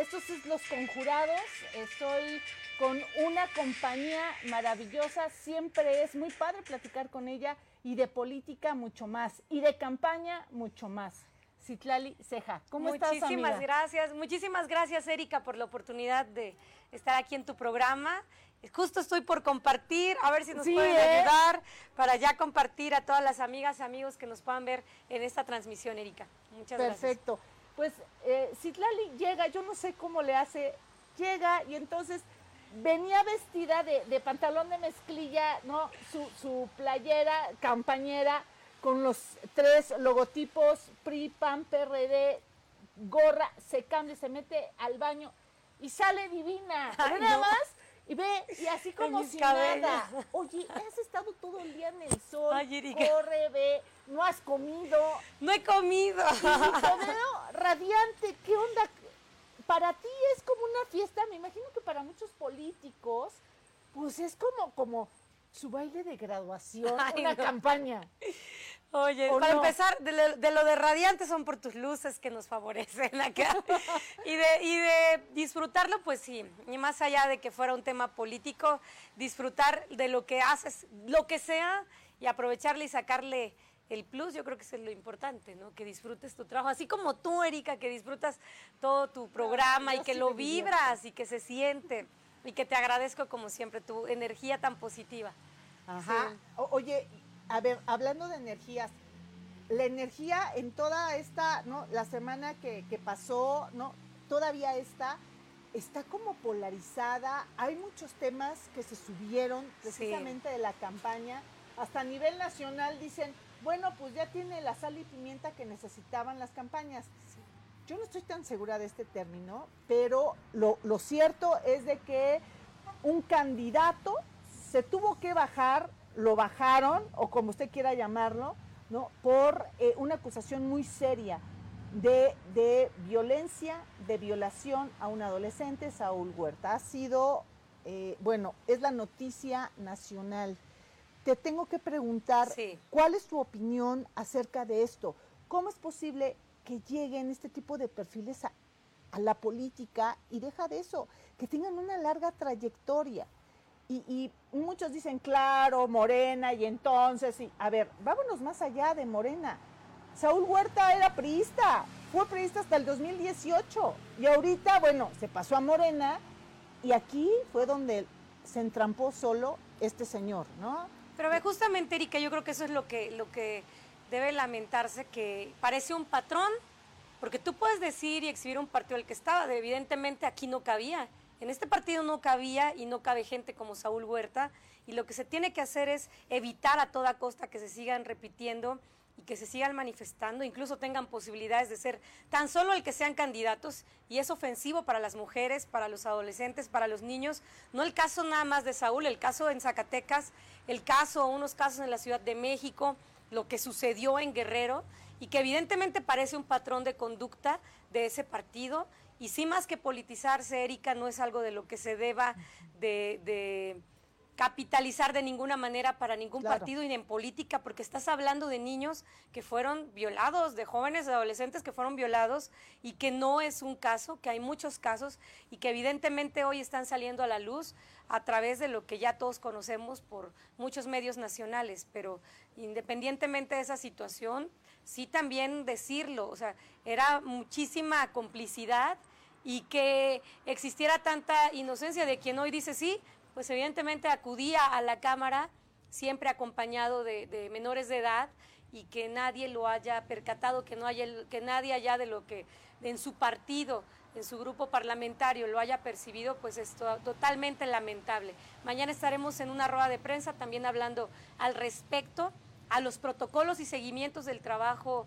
Estos es Los Conjurados. Estoy con una compañía maravillosa. Siempre es muy padre platicar con ella, y de política mucho más, y de campaña mucho más. Citlali Ceja, ¿cómo estás, amiga? Muchísimas gracias, Erika, por la oportunidad de estar aquí en tu programa. Justo estoy por compartir, a ver si nos pueden ayudar para ya compartir a todas las amigas y amigos que nos puedan ver en esta transmisión, Erika. Muchas gracias. Perfecto. Pues Citlali llega, yo no sé cómo le hace, llega y entonces venía vestida de pantalón de mezclilla, ¿no? Su playera campañera con los 3 logotipos, PRI, PAN, PRD, gorra, se cambia, se mete al baño y sale divina. Ay, nada no. más, y ve, y así como si nada. Oye, has estado todo el día en el sol, corre, ve, no has comido. No he comido. Y te veo radiante, ¿qué onda? Para ti es como una fiesta, me imagino que para muchos políticos, pues es como su baile de graduación, una campaña. Oye, para empezar, de lo de radiante son por tus luces que nos favorecen acá. y de disfrutarlo, pues sí, y más allá de que fuera un tema político, disfrutar de lo que haces, lo que sea, y aprovecharle y sacarle el plus. Yo creo que eso es lo importante, ¿no? Que disfrutes tu trabajo, así como tú, Erika, que disfrutas todo tu programa y que lo vibras y que se siente, y que te agradezco como siempre tu energía tan positiva. Ajá. Sí. Oye, a ver, hablando de energías, la energía en toda esta, ¿no? La semana que pasó, ¿no? Todavía está como polarizada. Hay muchos temas que se subieron precisamente de la campaña. Hasta a nivel nacional dicen, bueno, pues ya tiene la sal y pimienta que necesitaban las campañas. Sí. Yo no estoy tan segura de este término, pero lo cierto es de que un candidato se tuvo que bajar, lo bajaron, o como usted quiera llamarlo, ¿no? Por una acusación muy seria de violencia, de violación a un adolescente, Saúl Huerta. Ha sido, es la noticia nacional. Te tengo que preguntar, ¿cuál es tu opinión acerca de esto? ¿Cómo es posible que lleguen este tipo de perfiles a la política? Y deja de eso, que tengan una larga trayectoria. Y muchos dicen, claro, Morena, y entonces, a ver, vámonos más allá de Morena. Saúl Huerta era priista, fue priista hasta el 2018, y ahorita, bueno, se pasó a Morena, y aquí fue donde se entrampó solo este señor, ¿no? Pero ve, justamente, Erika, yo creo que eso es lo que debe lamentarse, que parece un patrón, porque tú puedes decir y exhibir un partido al que estaba, evidentemente aquí no cabía. En este partido no cabía y no cabe gente como Saúl Huerta, y lo que se tiene que hacer es evitar a toda costa que se sigan repitiendo y que se sigan manifestando, incluso tengan posibilidades de ser tan solo el que sean candidatos, y es ofensivo para las mujeres, para los adolescentes, para los niños. No el caso nada más de Saúl, el caso en Zacatecas, unos casos en la Ciudad de México, lo que sucedió en Guerrero, y que evidentemente parece un patrón de conducta de ese partido. Y sí, más que politizarse, Erika, no es algo de lo que se deba de capitalizar de ninguna manera para ningún partido, y en política, porque estás hablando de niños que fueron violados, de jóvenes, adolescentes que fueron violados, y que no es un caso, que hay muchos casos, y que evidentemente hoy están saliendo a la luz a través de lo que ya todos conocemos por muchos medios nacionales. Pero independientemente de esa situación, sí también decirlo, o sea, era muchísima complicidad, y que existiera tanta inocencia de quien hoy dice sí, pues evidentemente acudía a la Cámara siempre acompañado de menores de edad, y que nadie lo haya percatado, que nadie allá de lo que en su partido, en su grupo parlamentario lo haya percibido, pues es totalmente lamentable. Mañana estaremos en una rueda de prensa también hablando al respecto a los protocolos y seguimientos del trabajo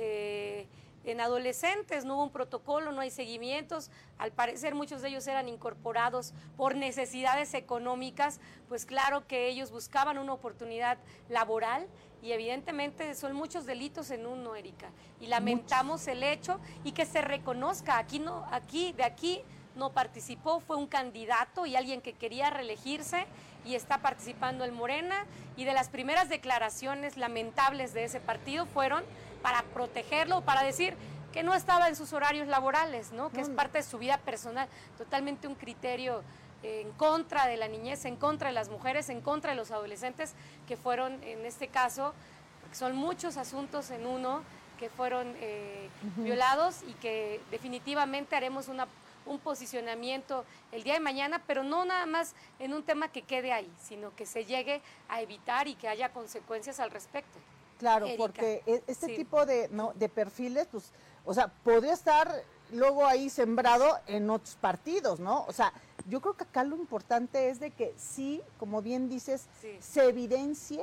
en adolescentes. No hubo un protocolo, no hay seguimientos. Al parecer muchos de ellos eran incorporados por necesidades económicas, pues claro que ellos buscaban una oportunidad laboral, y evidentemente son muchos delitos en uno, Erika, y lamentamos el hecho, y que se reconozca. De aquí no participó, fue un candidato y alguien que quería reelegirse, y está participando en Morena, y de las primeras declaraciones lamentables de ese partido fueron para protegerlo, para decir, que no estaba en sus horarios laborales, ¿no? Que es parte de su vida personal, totalmente un criterio en contra de la niñez, en contra de las mujeres, en contra de los adolescentes, que fueron, en este caso, porque son muchos asuntos en uno, que fueron violados, y que definitivamente haremos un posicionamiento el día de mañana, pero no nada más en un tema que quede ahí, sino que se llegue a evitar y que haya consecuencias al respecto. Claro, Erika. porque este tipo de perfiles, pues, o sea, podría estar luego ahí sembrado en otros partidos, ¿no? O sea, yo creo que acá lo importante es de que sí, como bien dices, se evidencie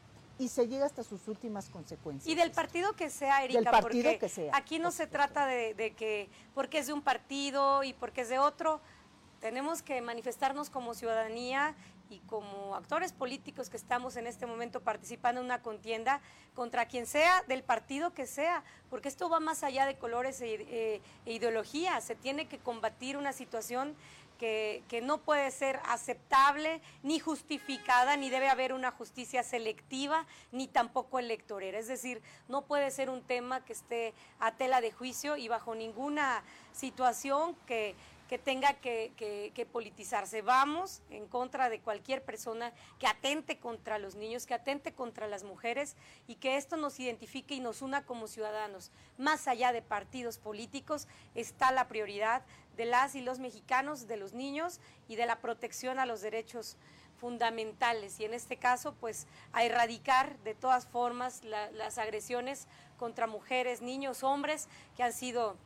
y se llega hasta sus últimas consecuencias. Y del partido que sea, Erika, del partido porque que sea, aquí no se trata de que porque es de un partido y porque es de otro. Tenemos que manifestarnos como ciudadanía y como actores políticos que estamos en este momento participando en una contienda contra quien sea, del partido que sea, porque esto va más allá de colores e ideología. Se tiene que combatir una situación que no puede ser aceptable, ni justificada, ni debe haber una justicia selectiva, ni tampoco electorera. Es decir, no puede ser un tema que esté a tela de juicio y bajo ninguna situación que tenga que politizarse. Vamos en contra de cualquier persona que atente contra los niños, que atente contra las mujeres, y que esto nos identifique y nos una como ciudadanos. Más allá de partidos políticos está la prioridad de las y los mexicanos, de los niños y de la protección a los derechos fundamentales, y en este caso pues a erradicar de todas formas las agresiones contra mujeres, niños, hombres que han sido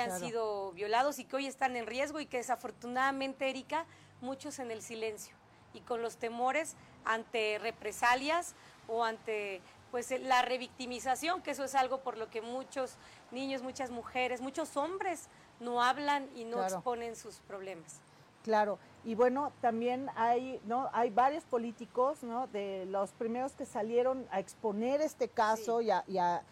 violados y que hoy están en riesgo, y que desafortunadamente, Erika, muchos en el silencio y con los temores ante represalias o ante pues la revictimización, que eso es algo por lo que muchos niños, muchas mujeres, muchos hombres no hablan y no exponen sus problemas. Claro, y bueno, también hay varios políticos, ¿no? De los primeros que salieron a exponer este caso y a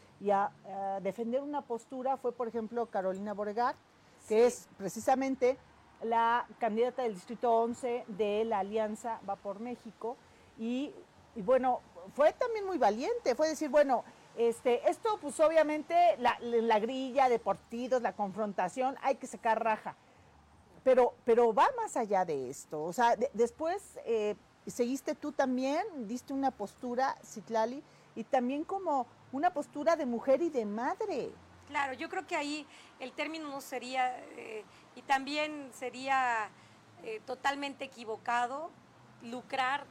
defender una postura fue, por ejemplo, Carolina Borregar, que es precisamente la candidata del Distrito 11 de la Alianza Va por México, y bueno, fue también muy valiente, fue decir, bueno, esto pues obviamente la grilla de partidos, la confrontación, hay que sacar raja. Pero va más allá de esto. O sea, después seguiste tú también, diste una postura, Citlali, y también como una postura de mujer y de madre. Claro, yo creo que ahí el término no sería, y también sería totalmente equivocado, lucrar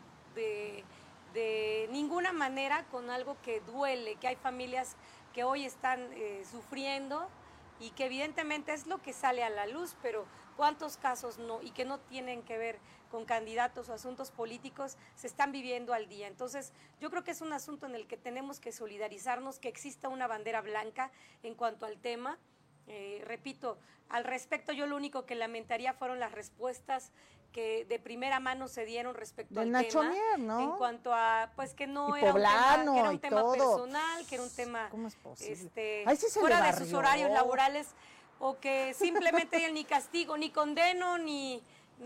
de ninguna manera con algo que duele, que hay familias que hoy están sufriendo, y que evidentemente es lo que sale a la luz, pero cuántos casos no, y que no tienen que ver con candidatos o asuntos políticos, se están viviendo al día. Entonces, yo creo que es un asunto en el que tenemos que solidarizarnos, que exista una bandera blanca en cuanto al tema. Repito, al respecto, yo lo único que lamentaría fueron las respuestas que de primera mano se dieron respecto al Nacho tema, Mier, ¿no? en cuanto a pues que no y era Poblano, un tema, que era un tema todo. personal, que era un tema ¿Cómo es posible? Sí fuera de sus horarios laborales, o que simplemente hay ni castigo, ni condeno, ni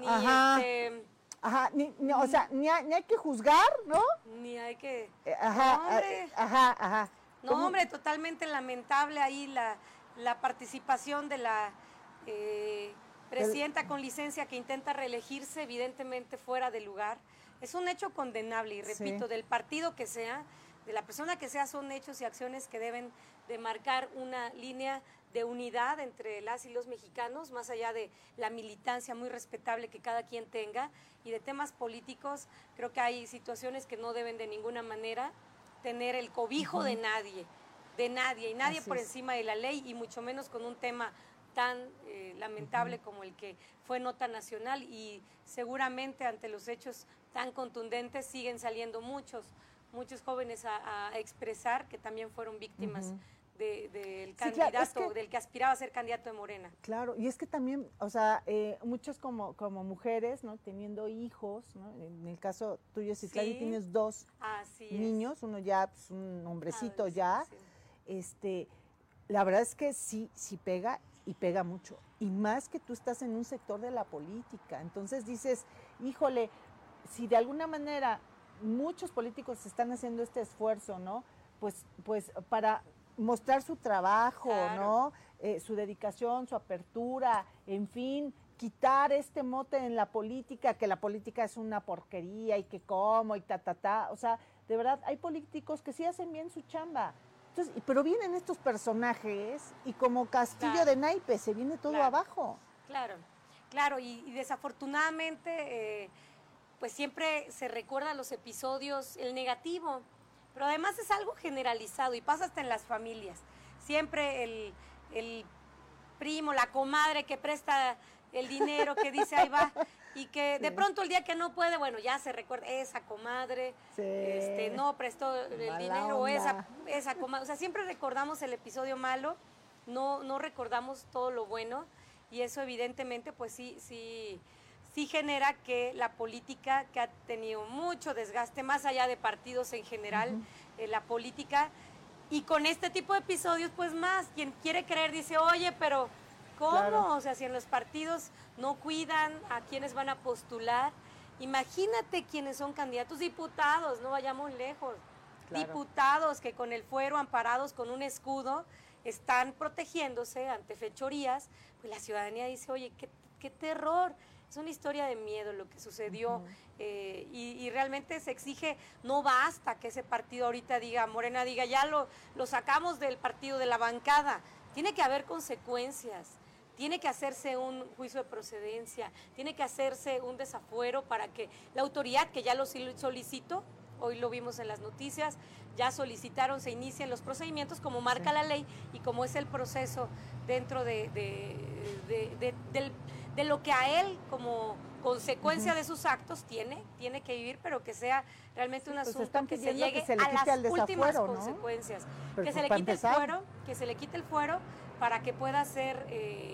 Ajá, o sea, ni hay que juzgar, ¿no? Ni hay que... Ajá, no, hombre. Ajá. No, hombre, totalmente lamentable ahí la participación de la presidenta con licencia que intenta reelegirse, evidentemente fuera de lugar. Es un hecho condenable, y repito, del partido que sea, de la persona que sea, son hechos y acciones que deben de marcar una línea de unidad entre las y los mexicanos, más allá de la militancia muy respetable que cada quien tenga, y de temas políticos. Creo que hay situaciones que no deben de ninguna manera tener el cobijo de nadie, y nadie Así por es. encima de la ley, y mucho menos con un tema tan lamentable como el que fue nota nacional, y seguramente ante los hechos tan contundentes siguen saliendo muchos jóvenes a expresar que también fueron víctimas del candidato, del que aspiraba a ser candidato de Morena. Claro, y es que también, o sea, muchos como mujeres, ¿no? Teniendo hijos, ¿no? En el caso tuyo, Citlali, tienes dos niños, uno ya, pues un hombrecito ya. La verdad es que sí pega, y pega mucho. Y más que tú estás en un sector de la política. Entonces dices, híjole, si de alguna manera muchos políticos están haciendo este esfuerzo, ¿no? Pues para mostrar su trabajo, ¿no? su dedicación, su apertura, en fin, quitar este mote en la política, que la política es una porquería y que cómo y ta. O sea, de verdad, hay políticos que sí hacen bien su chamba. Entonces, pero vienen estos personajes y como castillo de naipes, se viene todo abajo. Claro, y desafortunadamente, pues siempre se recuerdan los episodios, el negativo, pero además es algo generalizado y pasa hasta en las familias. Siempre el primo, la comadre que presta el dinero, que dice ahí va, y que de pronto el día que no puede, bueno, ya se recuerda, esa comadre no prestó el dinero, o esa comadre, o sea, siempre recordamos el episodio malo, no recordamos todo lo bueno, y eso evidentemente pues sí genera que la política, que ha tenido mucho desgaste, más allá de partidos en general, la política, y con este tipo de episodios pues más, quien quiere creer dice, oye, pero ¿cómo? Claro. O sea, si en los partidos no cuidan a quienes van a postular, imagínate quienes son candidatos, diputados, no vayamos lejos, diputados que con el fuero, amparados con un escudo, están protegiéndose ante fechorías, pues la ciudadanía dice, oye, qué terror, es una historia de miedo lo que sucedió, y realmente se exige, no basta que ese partido ahorita diga, Morena diga, ya lo sacamos del partido de la bancada, tiene que haber consecuencias, tiene que hacerse un juicio de procedencia, tiene que hacerse un desafuero para que la autoridad, que ya lo solicitó, hoy lo vimos en las noticias, ya solicitaron, se inicien los procedimientos como marca la ley y como es el proceso dentro de lo que a él como consecuencia de sus actos tiene que vivir, pero que sea realmente un asunto que se llegue a las últimas consecuencias, que se le quite el fuero, para que pueda ser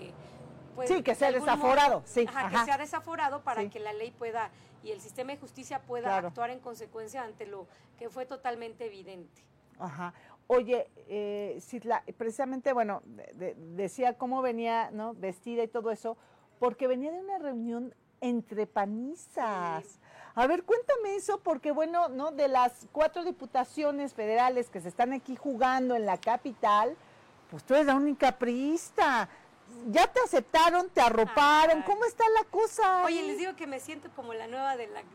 que sea desaforado, que sea desaforado para que la ley pueda y el sistema de justicia pueda actuar en consecuencia ante lo que fue totalmente evidente. Oye, Citlali, precisamente, bueno, decía cómo venía, ¿no?, vestida y todo eso, porque venía de una reunión entre panistas. Sí. A ver, cuéntame eso, porque bueno, ¿no?, de las 4 diputaciones federales que se están aquí jugando en la capital, pues tú eres la única priista. ¿Ya te aceptaron, te arroparon? ¿Cómo está la cosa? Oye, les digo que me siento como la nueva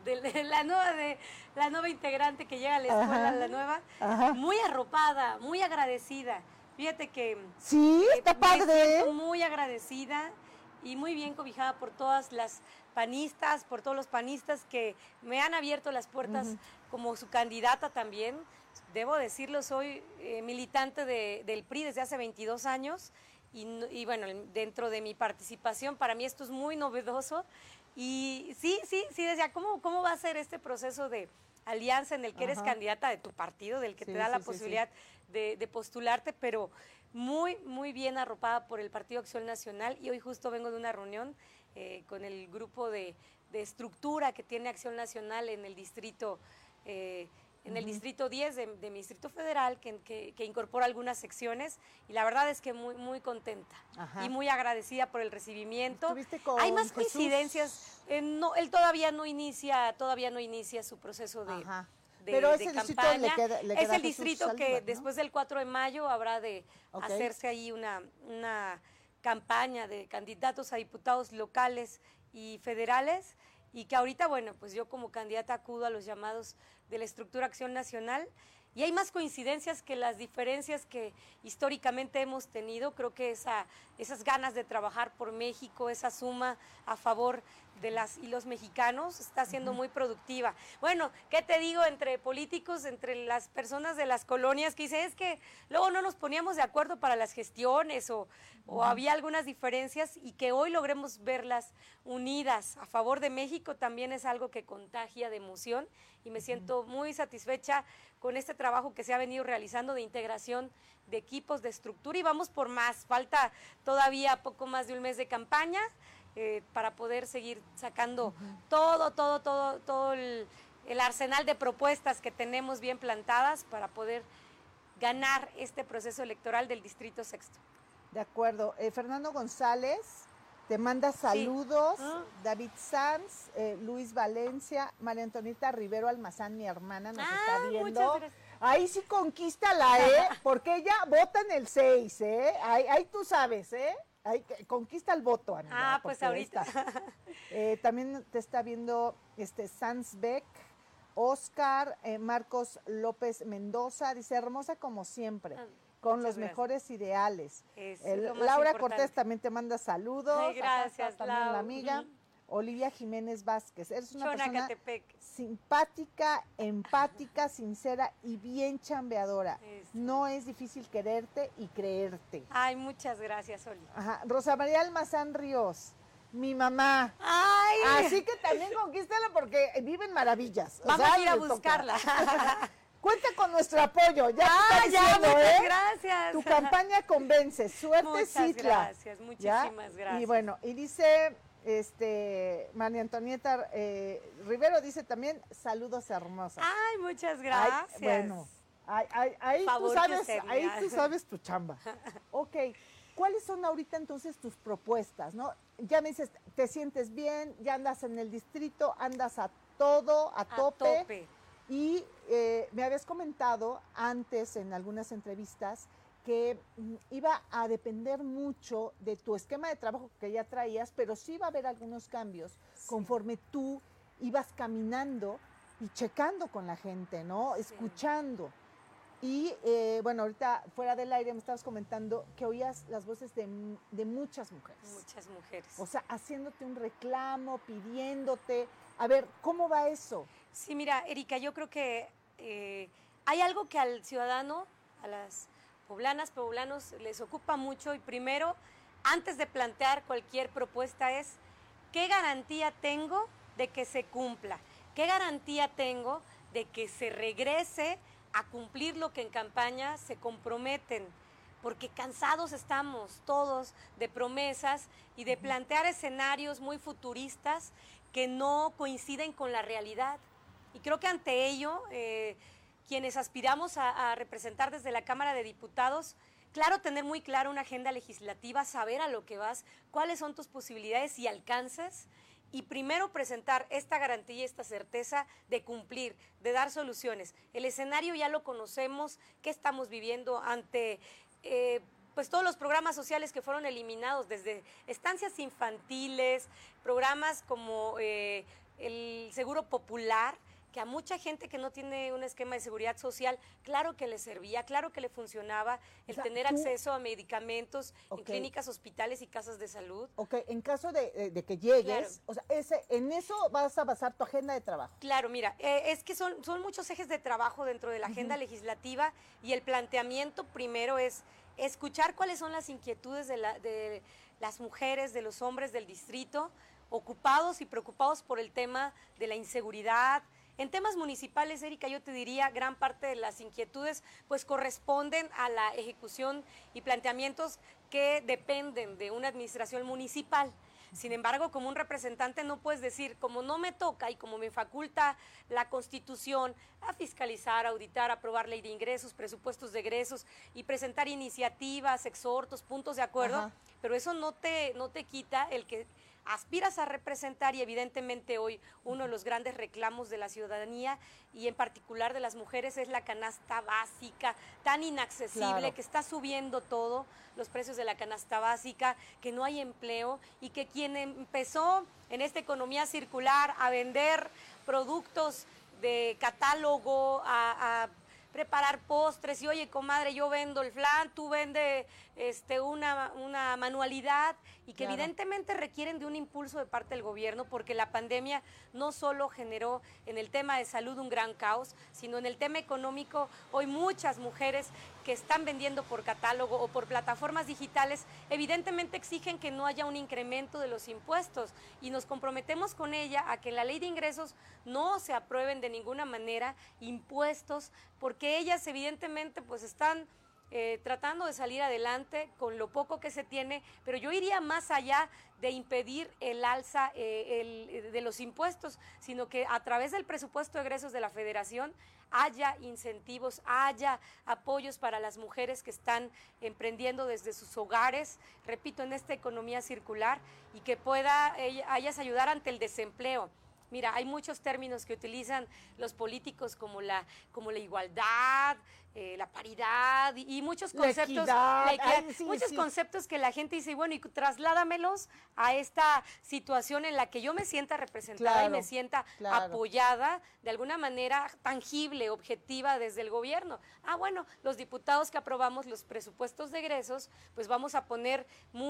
la nueva integrante que llega a la escuela, la nueva, muy arropada, muy agradecida. Fíjate que sí, está padre. Me siento muy agradecida y muy bien cobijada por todas las panistas, por todos los panistas que me han abierto las puertas como su candidata también. Debo decirlo, soy militante del PRI desde hace 22 años. Y bueno, dentro de mi participación, para mí esto es muy novedoso. Y sí, decía, ¿cómo va a ser este proceso de alianza en el que eres candidata de tu partido, del que te da la posibilidad de postularte, pero muy, muy bien arropada por el Partido Acción Nacional? Y hoy justo vengo de una reunión con el grupo de estructura que tiene Acción Nacional en el distrito en el distrito 10 de mi distrito federal, que incorpora algunas secciones, y la verdad es que muy, muy contenta y muy agradecida por el recibimiento. Hay más coincidencias, él todavía no inicia su proceso de campaña. Le queda es el distrito Salva, que después del 4 de mayo habrá de hacerse ahí una campaña de candidatos a diputados locales y federales, y que ahorita, bueno, pues yo como candidata acudo a los llamados de la estructura Acción Nacional, y hay más coincidencias que las diferencias que históricamente hemos tenido. Creo que esas ganas de trabajar por México, esa suma a favor de las y los mexicanos está siendo muy productiva. Bueno, ¿qué te digo? Entre políticos, entre las personas de las colonias, que dice, es que luego no nos poníamos de acuerdo para las gestiones o había algunas diferencias, y que hoy logremos verlas unidas a favor de México también es algo que contagia de emoción, y me siento muy satisfecha con este trabajo que se ha venido realizando de integración de equipos, de estructura, y vamos por más. Falta todavía poco más de un mes de campaña para poder seguir sacando todo el arsenal de propuestas que tenemos bien plantadas para poder ganar este proceso electoral del Distrito Sexto. De acuerdo. Fernando González te manda saludos, David Sanz, Luis Valencia, María Antonieta Rivero Almazán, mi hermana, nos está viendo. Ahí sí conquístala, ¿eh? Porque ella vota en el 6, ¿eh? Ahí tú sabes, ¿eh? Ahí conquista el voto, amiga. Pues porque ahorita. También te está viendo Sansbeck, Oscar, Marcos López Mendoza, dice, hermosa como siempre, con los mejores ideales. Laura Cortés también te manda saludos. Ay, gracias, también la amiga. Olivia Jiménez Vázquez, eres una Chona persona Catepec. simpática, empática, sincera y bien chambeadora. No es difícil quererte y creerte. Ay, muchas gracias, Oli. Ajá. Rosa María Almazán Ríos, mi mamá. Ay. Así que también conquístala porque viven maravillas. Vamos a ir a buscarla. Cuenta con nuestro apoyo. Ya muchas gracias. Tu campaña convence. Suerte, muchas Citla. Gracias, muchísimas gracias. Y bueno, y dice María Antonieta Rivero, dice también, saludos hermosas. Ay, muchas gracias. Ay, bueno, ahí tú sabes tu chamba. Ok, ¿cuáles son ahorita entonces tus propuestas, no? Ya me dices, te sientes bien, ya andas en el distrito, andas a tope. Y me habías comentado antes en algunas entrevistas que iba a depender mucho de tu esquema de trabajo que ya traías, pero sí iba a haber algunos cambios conforme tú ibas caminando y checando con la gente, ¿no? Escuchando. Y bueno, ahorita fuera del aire me estabas comentando que oías las voces de muchas mujeres. Muchas mujeres. O sea, haciéndote un reclamo, pidiéndote. A ver, ¿cómo va eso? Sí, mira, Erika, yo creo que hay algo que al ciudadano, a las poblanos les ocupa mucho y primero, antes de plantear cualquier propuesta es, ¿qué garantía tengo de que se cumpla? ¿Qué garantía tengo de que se regrese a cumplir lo que en campaña se comprometen? Porque cansados estamos todos de promesas y de plantear escenarios muy futuristas que no coinciden con la realidad. Y creo que ante ello, quienes aspiramos a representar desde la Cámara de Diputados, claro, tener muy clara una agenda legislativa, saber a lo que vas, cuáles son tus posibilidades y alcances, y primero presentar esta garantía y esta certeza de cumplir, de dar soluciones. El escenario ya lo conocemos, qué estamos viviendo ante pues todos los programas sociales que fueron eliminados, desde estancias infantiles, programas como el Seguro Popular, que a mucha gente que no tiene un esquema de seguridad social, claro que le servía, claro que le funcionaba el tener acceso a medicamentos en clínicas, hospitales y casas de salud. Ok, en caso de que llegues, o sea, en eso vas a basar tu agenda de trabajo. Claro, mira, es que son muchos ejes de trabajo dentro de la agenda legislativa y el planteamiento primero es escuchar cuáles son las inquietudes de las mujeres, de los hombres del distrito, ocupados y preocupados por el tema de la inseguridad. En temas municipales, Erika, yo te diría, gran parte de las inquietudes pues corresponden a la ejecución y planteamientos que dependen de una administración municipal. Sin embargo, como un representante no puedes decir, como no me toca y como me faculta la Constitución a fiscalizar, auditar, aprobar ley de ingresos, presupuestos de egresos y presentar iniciativas, exhortos, puntos de acuerdo, pero eso no te quita el que aspiras a representar y evidentemente hoy uno de los grandes reclamos de la ciudadanía y en particular de las mujeres es la canasta básica, tan inaccesible, que está subiendo todo, los precios de la canasta básica, que no hay empleo y que quien empezó en esta economía circular a vender productos de catálogo, a preparar postres y oye, comadre, yo vendo el flan, tú vende una manualidad y que evidentemente requieren de un impulso de parte del gobierno porque la pandemia no solo generó en el tema de salud un gran caos, sino en el tema económico hoy muchas mujeres que están vendiendo por catálogo o por plataformas digitales evidentemente exigen que no haya un incremento de los impuestos y nos comprometemos con ella a que en la ley de ingresos no se aprueben de ninguna manera impuestos porque ellas evidentemente pues están tratando de salir adelante con lo poco que se tiene, pero yo iría más allá de impedir el alza de los impuestos, sino que a través del presupuesto de egresos de la Federación haya incentivos, haya apoyos para las mujeres que están emprendiendo desde sus hogares, repito, en esta economía circular y que pueda ellas ayudar ante el desempleo. Mira, hay muchos términos que utilizan los políticos como la igualdad, la paridad y muchos conceptos, muchos conceptos que la gente dice, bueno, y trasládamelos a esta situación en la que yo me sienta representada y me sienta apoyada de alguna manera tangible, objetiva desde el gobierno. Ah, bueno, los diputados que aprobamos los presupuestos de egresos, pues vamos a poner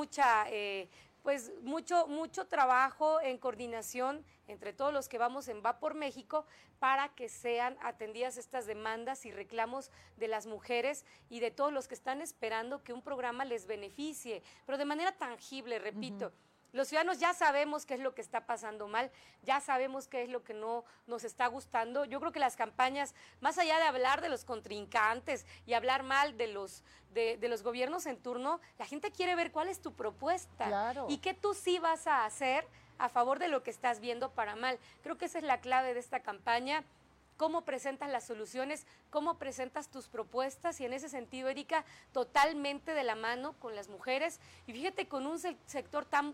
mucho trabajo en coordinación entre todos los que vamos en Va por México para que sean atendidas estas demandas y reclamos de las mujeres y de todos los que están esperando que un programa les beneficie, pero de manera tangible, repito. Los ciudadanos ya sabemos qué es lo que está pasando mal, ya sabemos qué es lo que no nos está gustando. Yo creo que las campañas, más allá de hablar de los contrincantes y hablar mal de los gobiernos en turno, la gente quiere ver cuál es tu propuesta y qué tú sí vas a hacer a favor de lo que estás viendo para mal. Creo que esa es la clave de esta campaña. Cómo presentas las soluciones, cómo presentas tus propuestas y en ese sentido, Erika, totalmente de la mano con las mujeres y fíjate con un sector tan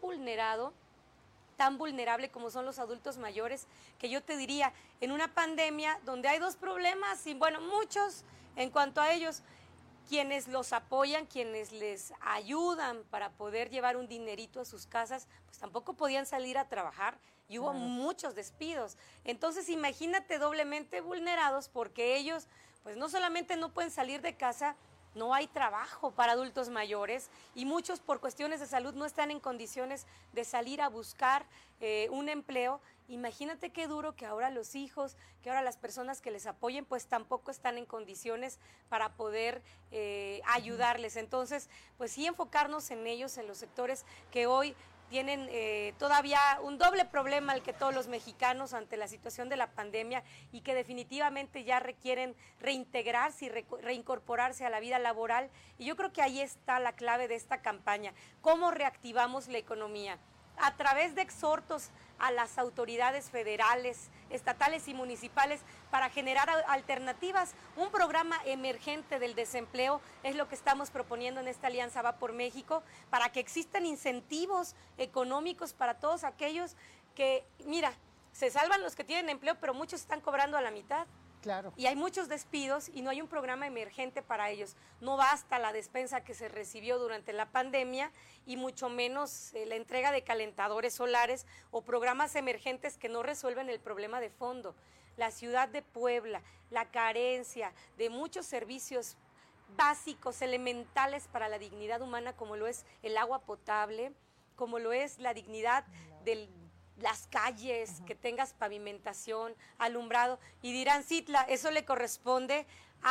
vulnerable como son los adultos mayores, que yo te diría, en una pandemia donde hay dos problemas y bueno, muchos en cuanto a ellos, quienes los apoyan, quienes les ayudan para poder llevar un dinerito a sus casas, pues tampoco podían salir a trabajar y hubo muchos despidos. Entonces imagínate doblemente vulnerados porque ellos pues no solamente no pueden salir de casa, no hay trabajo para adultos mayores y muchos por cuestiones de salud no están en condiciones de salir a buscar un empleo. Imagínate qué duro que ahora los hijos, que ahora las personas que les apoyen, pues tampoco están en condiciones para poder ayudarles. Entonces, pues sí enfocarnos en ellos, en los sectores que hoy tienen todavía un doble problema al que todos los mexicanos ante la situación de la pandemia y que definitivamente ya requieren reintegrarse y reincorporarse a la vida laboral. Y yo creo que ahí está la clave de esta campaña, cómo reactivamos la economía. A través de exhortos a las autoridades federales, estatales y municipales para generar alternativas. Un programa emergente del desempleo es lo que estamos proponiendo en esta Alianza Va por México, para que existan incentivos económicos para todos aquellos que, mira, se salvan los que tienen empleo, pero muchos están cobrando a la mitad. Claro. Y hay muchos despidos y no hay un programa emergente para ellos. No basta la despensa que se recibió durante la pandemia y mucho menos la entrega de calentadores solares o programas emergentes que no resuelven el problema de fondo. La ciudad de Puebla, la carencia de muchos servicios básicos, elementales para la dignidad humana, como lo es el agua potable, como lo es la dignidad de las calles, que tengas pavimentación, alumbrado, y dirán, Citla, eso le corresponde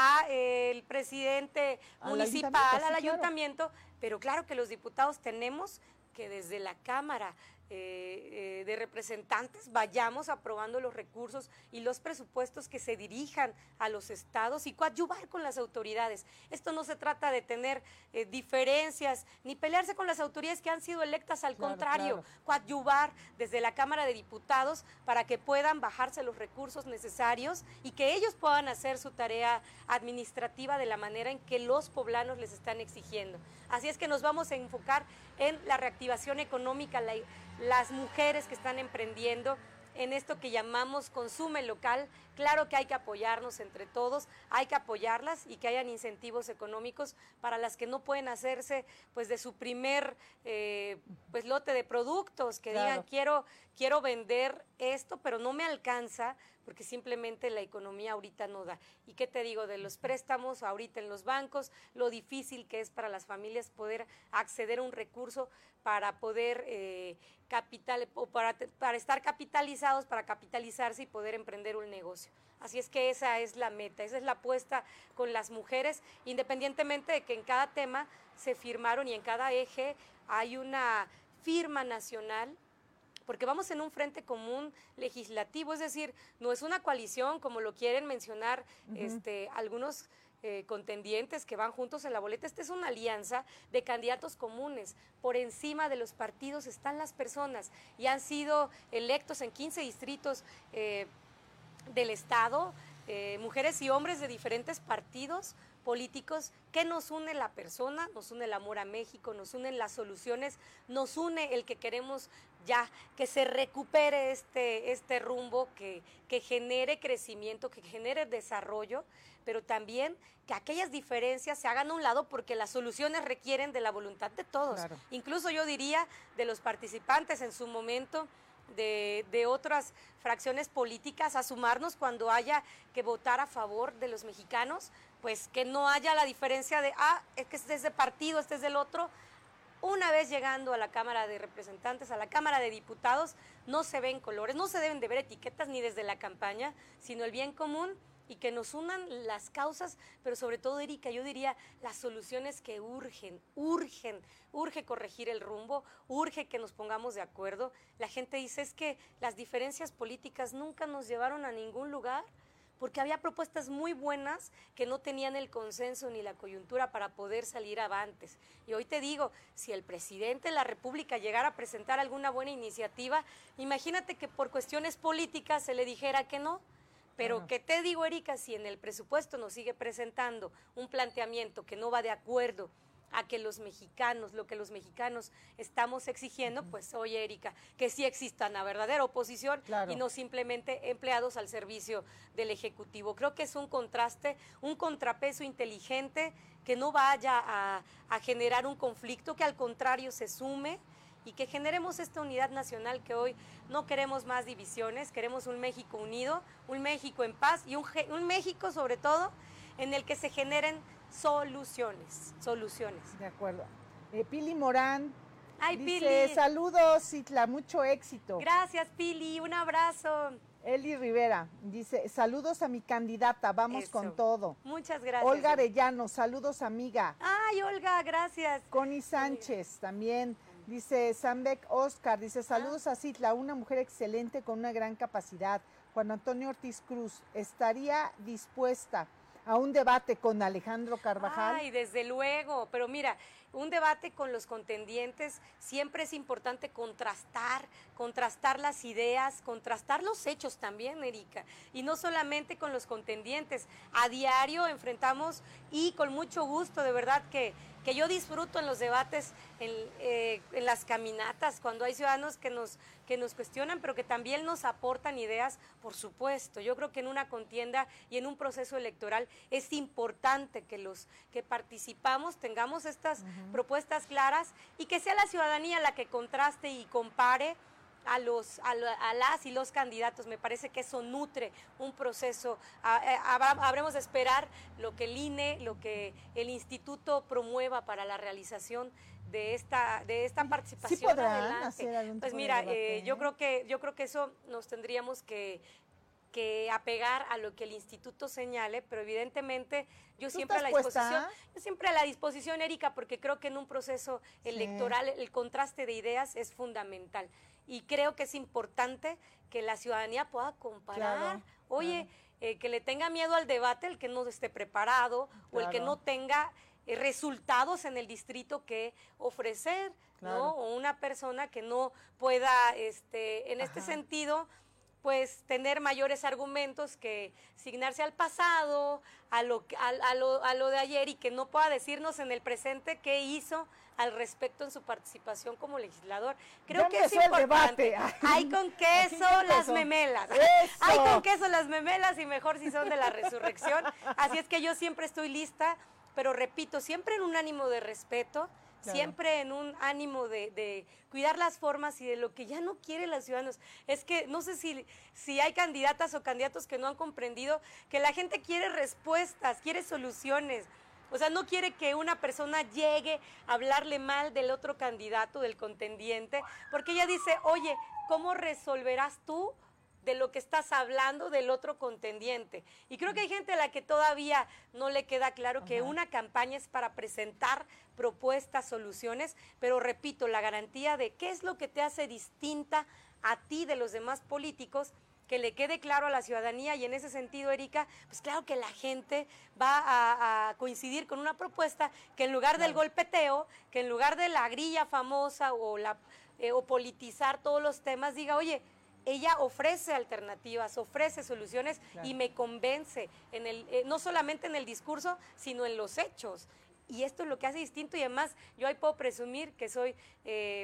al presidente municipal, al ayuntamiento, pero claro que los diputados tenemos que desde la Cámara de Representantes vayamos aprobando los recursos y los presupuestos que se dirijan a los estados y coadyuvar con las autoridades. Esto no se trata de tener diferencias ni pelearse con las autoridades que han sido electas, al contrario, coadyuvar desde la Cámara de Diputados para que puedan bajarse los recursos necesarios y que ellos puedan hacer su tarea administrativa de la manera en que los poblanos les están exigiendo. Así es que nos vamos a enfocar en la reactivación económica, las mujeres que están emprendiendo en esto que llamamos consume local. Claro que hay que apoyarnos entre todos, hay que apoyarlas y que hayan incentivos económicos para las que no pueden hacerse pues de su primer pues lote de productos, que digan quiero vender esto, pero no me alcanza porque simplemente la economía ahorita no da. ¿Y qué te digo de los préstamos ahorita en los bancos? Lo difícil que es para las familias poder acceder a un recurso para poder para estar capitalizados, para capitalizarse y poder emprender un negocio. Así es que esa es la meta, esa es la apuesta con las mujeres, independientemente de que en cada tema se firmaron y en cada eje hay una firma nacional, porque vamos en un frente común legislativo, es decir, no es una coalición como lo quieren mencionar algunos contendientes que van juntos en la boleta. Esta es una alianza de candidatos comunes. Por encima de los partidos están las personas y han sido electos en 15 distritos del estado, mujeres y hombres de diferentes partidos políticos. ¿Qué nos une la persona? Nos une el amor a México, nos unen las soluciones, nos une el que queremos ya, que se recupere este rumbo, que genere crecimiento, que genere desarrollo, pero también que aquellas diferencias se hagan a un lado porque las soluciones requieren de la voluntad de todos. Claro. Incluso yo diría de los participantes en su momento, de otras fracciones políticas, a sumarnos cuando haya que votar a favor de los mexicanos, pues que no haya la diferencia de, es que este es de partido, este es del otro. Una vez llegando a la Cámara de Representantes, a la Cámara de Diputados, no se ven colores, no se deben de ver etiquetas ni desde la campaña, sino el bien común y que nos unan las causas, pero sobre todo, Erika, yo diría las soluciones que urge corregir el rumbo, urge que nos pongamos de acuerdo. La gente dice, es que las diferencias políticas nunca nos llevaron a ningún lugar, porque había propuestas muy buenas que no tenían el consenso ni la coyuntura para poder salir avantes. Y hoy te digo, si el presidente de la República llegara a presentar alguna buena iniciativa, imagínate que por cuestiones políticas se le dijera que no. Pero ¿qué te digo, Erika? Si en el presupuesto nos sigue presentando un planteamiento que no va de acuerdo a que los mexicanos, lo que los mexicanos estamos exigiendo, pues oye, Erika, que sí exista una verdadera oposición y no simplemente empleados al servicio del Ejecutivo. Creo que es un contraste, un contrapeso inteligente que no vaya a generar un conflicto, que al contrario se sume y que generemos esta unidad nacional que hoy no queremos más divisiones, queremos un México unido, un México en paz y un México sobre todo en el que se generen soluciones. De acuerdo. Pili Morán dice, Pili. saludos, Citla, mucho éxito. Gracias, Pili, un abrazo. Eli Rivera dice, saludos a mi candidata, vamos con todo. Muchas gracias. Olga Arellano, saludos, amiga. Ay, Olga, gracias. Connie Sánchez también. Dice Sambek Oscar, dice, saludos a Citla, una mujer excelente con una gran capacidad. Juan Antonio Ortiz Cruz, ¿estaría dispuesta a un debate con Alejandro Carvajal? Ay, desde luego, pero mira, un debate con los contendientes siempre es importante contrastar las ideas, contrastar los hechos también, Erika, y no solamente con los contendientes. A diario enfrentamos y con mucho gusto, de verdad que yo disfruto en los debates, en las caminatas, cuando hay ciudadanos que nos cuestionan, pero que también nos aportan ideas, por supuesto. Yo creo que en una contienda y en un proceso electoral es importante que los que participamos tengamos estas propuestas claras y que sea la ciudadanía la que contraste y compare a las y los candidatos. Me parece que eso nutre un proceso. Habremos de esperar lo que el INE, lo que el instituto promueva para la realización de esta participación. ¿Sí podrán adelante. hacer algún Pues tipo mira, de debate? yo creo que eso nos tendríamos que apegar a lo que el instituto señale, pero evidentemente yo siempre a la disposición, Erika, porque creo que en un proceso electoral el contraste de ideas es fundamental y creo que es importante que la ciudadanía pueda comparar. Que le tenga miedo al debate el que no esté preparado o el que no tenga resultados en el distrito que ofrecer, ¿no? O una persona que no pueda, en este sentido, pues tener mayores argumentos que signarse al pasado, a lo de ayer y que no pueda decirnos en el presente qué hizo al respecto en su participación como legislador. Creo que es importante. Hay con queso las memelas. Hay con queso las memelas y mejor si son de la resurrección. Así es que yo siempre estoy lista, pero repito, siempre en un ánimo de respeto, siempre en un ánimo de cuidar las formas y de lo que ya no quieren los ciudadanos. Es que no sé si hay candidatas o candidatos que no han comprendido que la gente quiere respuestas, quiere soluciones. O sea, no quiere que una persona llegue a hablarle mal del otro candidato, del contendiente, porque ella dice, oye, ¿cómo resolverás tú de lo que estás hablando del otro contendiente? Y creo que hay gente a la que todavía no le queda claro que una campaña es para presentar propuestas, soluciones, pero repito, la garantía de qué es lo que te hace distinta a ti de los demás políticos, que le quede claro a la ciudadanía, y en ese sentido, Erika, pues claro que la gente va a coincidir con una propuesta que en lugar del golpeteo, que en lugar de la grilla famosa o politizar todos los temas, diga, oye, ella ofrece alternativas, ofrece soluciones y me convence, no solamente en el discurso, sino en los hechos. Y esto es lo que hace distinto y además yo ahí puedo presumir que soy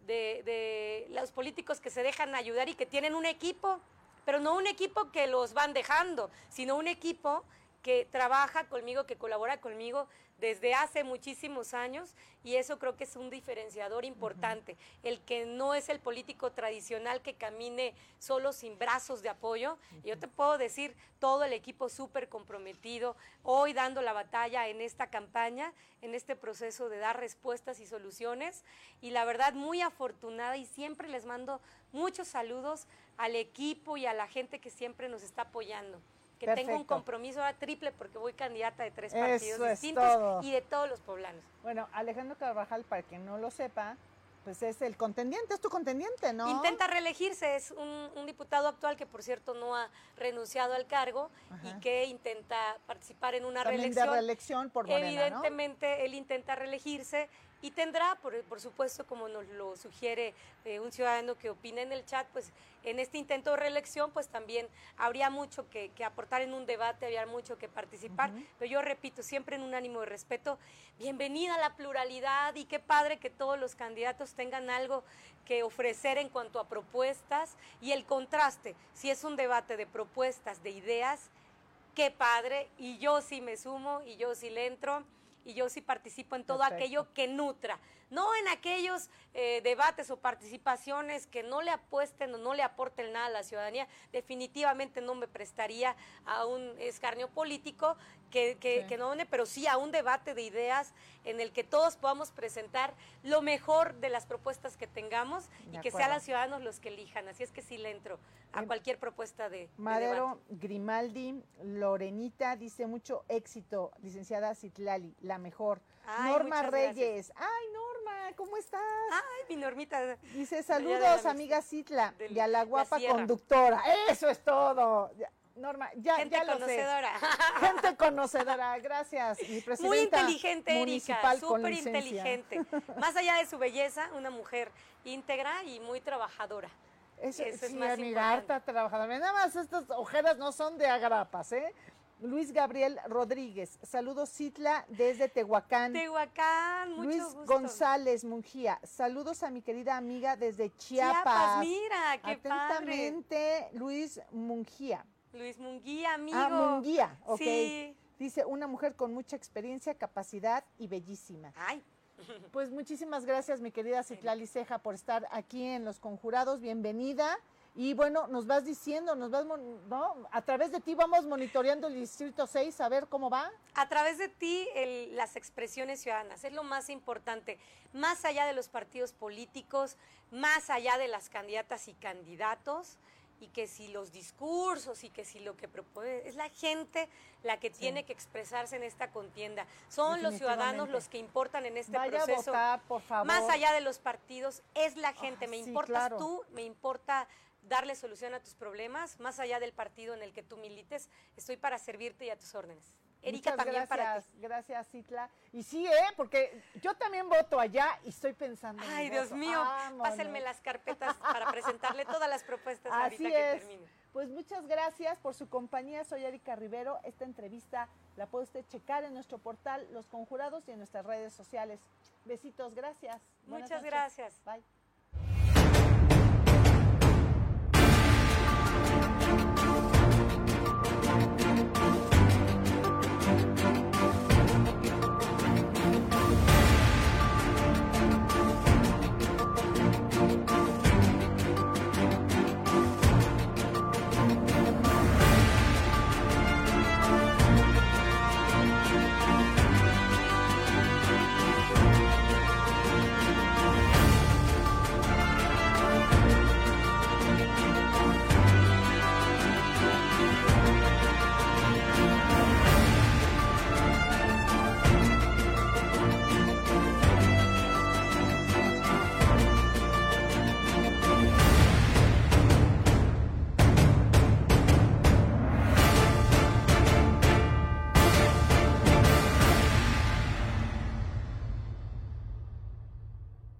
de los políticos que se dejan ayudar y que tienen un equipo, pero no un equipo que los van dejando, sino un equipo que trabaja conmigo, que colabora conmigo desde hace muchísimos años, y eso creo que es un diferenciador importante, el que no es el político tradicional que camine solo sin brazos de apoyo. Yo te puedo decir, todo el equipo súper comprometido, hoy dando la batalla en esta campaña, en este proceso de dar respuestas y soluciones, y la verdad muy afortunada, y siempre les mando muchos saludos al equipo y a la gente que siempre nos está apoyando. Que Perfecto. tengo un compromiso ahora triple porque voy candidata de 3 partidos Eso es distintos todo. y de todos los poblanos. Bueno, Alejandro Carvajal, para quien no lo sepa, pues es el contendiente, es tu contendiente, ¿no? Intenta reelegirse, es un diputado actual que por cierto no ha renunciado al cargo. Ajá. Y que intenta participar en una también reelección. De reelección por Morena, evidentemente, ¿no? Él intenta reelegirse y tendrá, por supuesto, como nos lo sugiere un ciudadano que opina en el chat, pues en este intento de reelección, pues también habría mucho que aportar en un debate, habría mucho que participar, pero yo repito, siempre en un ánimo de respeto, bienvenida a la pluralidad y qué padre que todos los candidatos tengan algo que ofrecer en cuanto a propuestas y el contraste, si es un debate de propuestas, de ideas, qué padre, y yo sí me sumo, y yo sí le entro, y yo sí participo en todo aquello que nutra, no en aquellos debates o participaciones que no le apuesten o no le aporten nada a la ciudadanía. Definitivamente no me prestaría a un escarnio político que no, pero sí a un debate de ideas en el que todos podamos presentar lo mejor de las propuestas que tengamos y que sean los ciudadanos los que elijan. Así es que sí le entro a cualquier propuesta de Madero, de Grimaldi, Lorenita, dice mucho éxito, licenciada Citlali, la mejor. Ay, Norma Reyes, gracias. Ay, Norma, ¿cómo estás? Ay, mi Normita. Dice, saludos, amiga Citla, y a la guapa conductora. Eso es todo. Norma, ya lo conocedora. Sé. Gente conocedora, gracias. Mi presidenta muy inteligente, Erika, súper inteligente. Más allá de su belleza, una mujer íntegra y muy trabajadora. Eso sí, es más amiga, harta trabajadora. Nada más estas ojeras no son de agrapas, ¿eh? Luis Gabriel Rodríguez, saludos Citla desde Tehuacán. Tehuacán, mucho Luis gusto. González Mungía, saludos a mi querida amiga desde Chiapas. Mira, qué atentamente, padre. Luis Mungía. Luis Munguía, amigo. Ah, Munguía, ok. Sí. Dice, una mujer con mucha experiencia, capacidad y bellísima. Ay. Pues muchísimas gracias, mi querida Citlali Ceja, por estar aquí en Los Conjurados. Bienvenida. Y bueno, nos vas diciendo, ¿no? A través de ti vamos monitoreando el Distrito 6, a ver cómo va. A través de ti, las expresiones ciudadanas, es lo más importante. Más allá de los partidos políticos, más allá de las candidatas y candidatos, y que si los discursos y que si lo que propone, es la gente la que tiene que expresarse en esta contienda. Son los ciudadanos los que importan en este proceso. A votar, por favor. Más allá de los partidos, es la gente. Me importas tú, me importa darle solución a tus problemas, más allá del partido en el que tú milites, estoy para servirte y a tus órdenes. Erika, muchas también gracias, para ti. Gracias, Citla. Y sí, porque yo también voto allá y estoy pensando en Ay, Dios mío, pásenme las carpetas para presentarle todas las propuestas ahorita que termine. Pues muchas gracias por su compañía. Soy Erika Rivero. Esta entrevista la puede usted checar en nuestro portal Los Conjurados y en nuestras redes sociales. Besitos, gracias. Muchas gracias. Bye.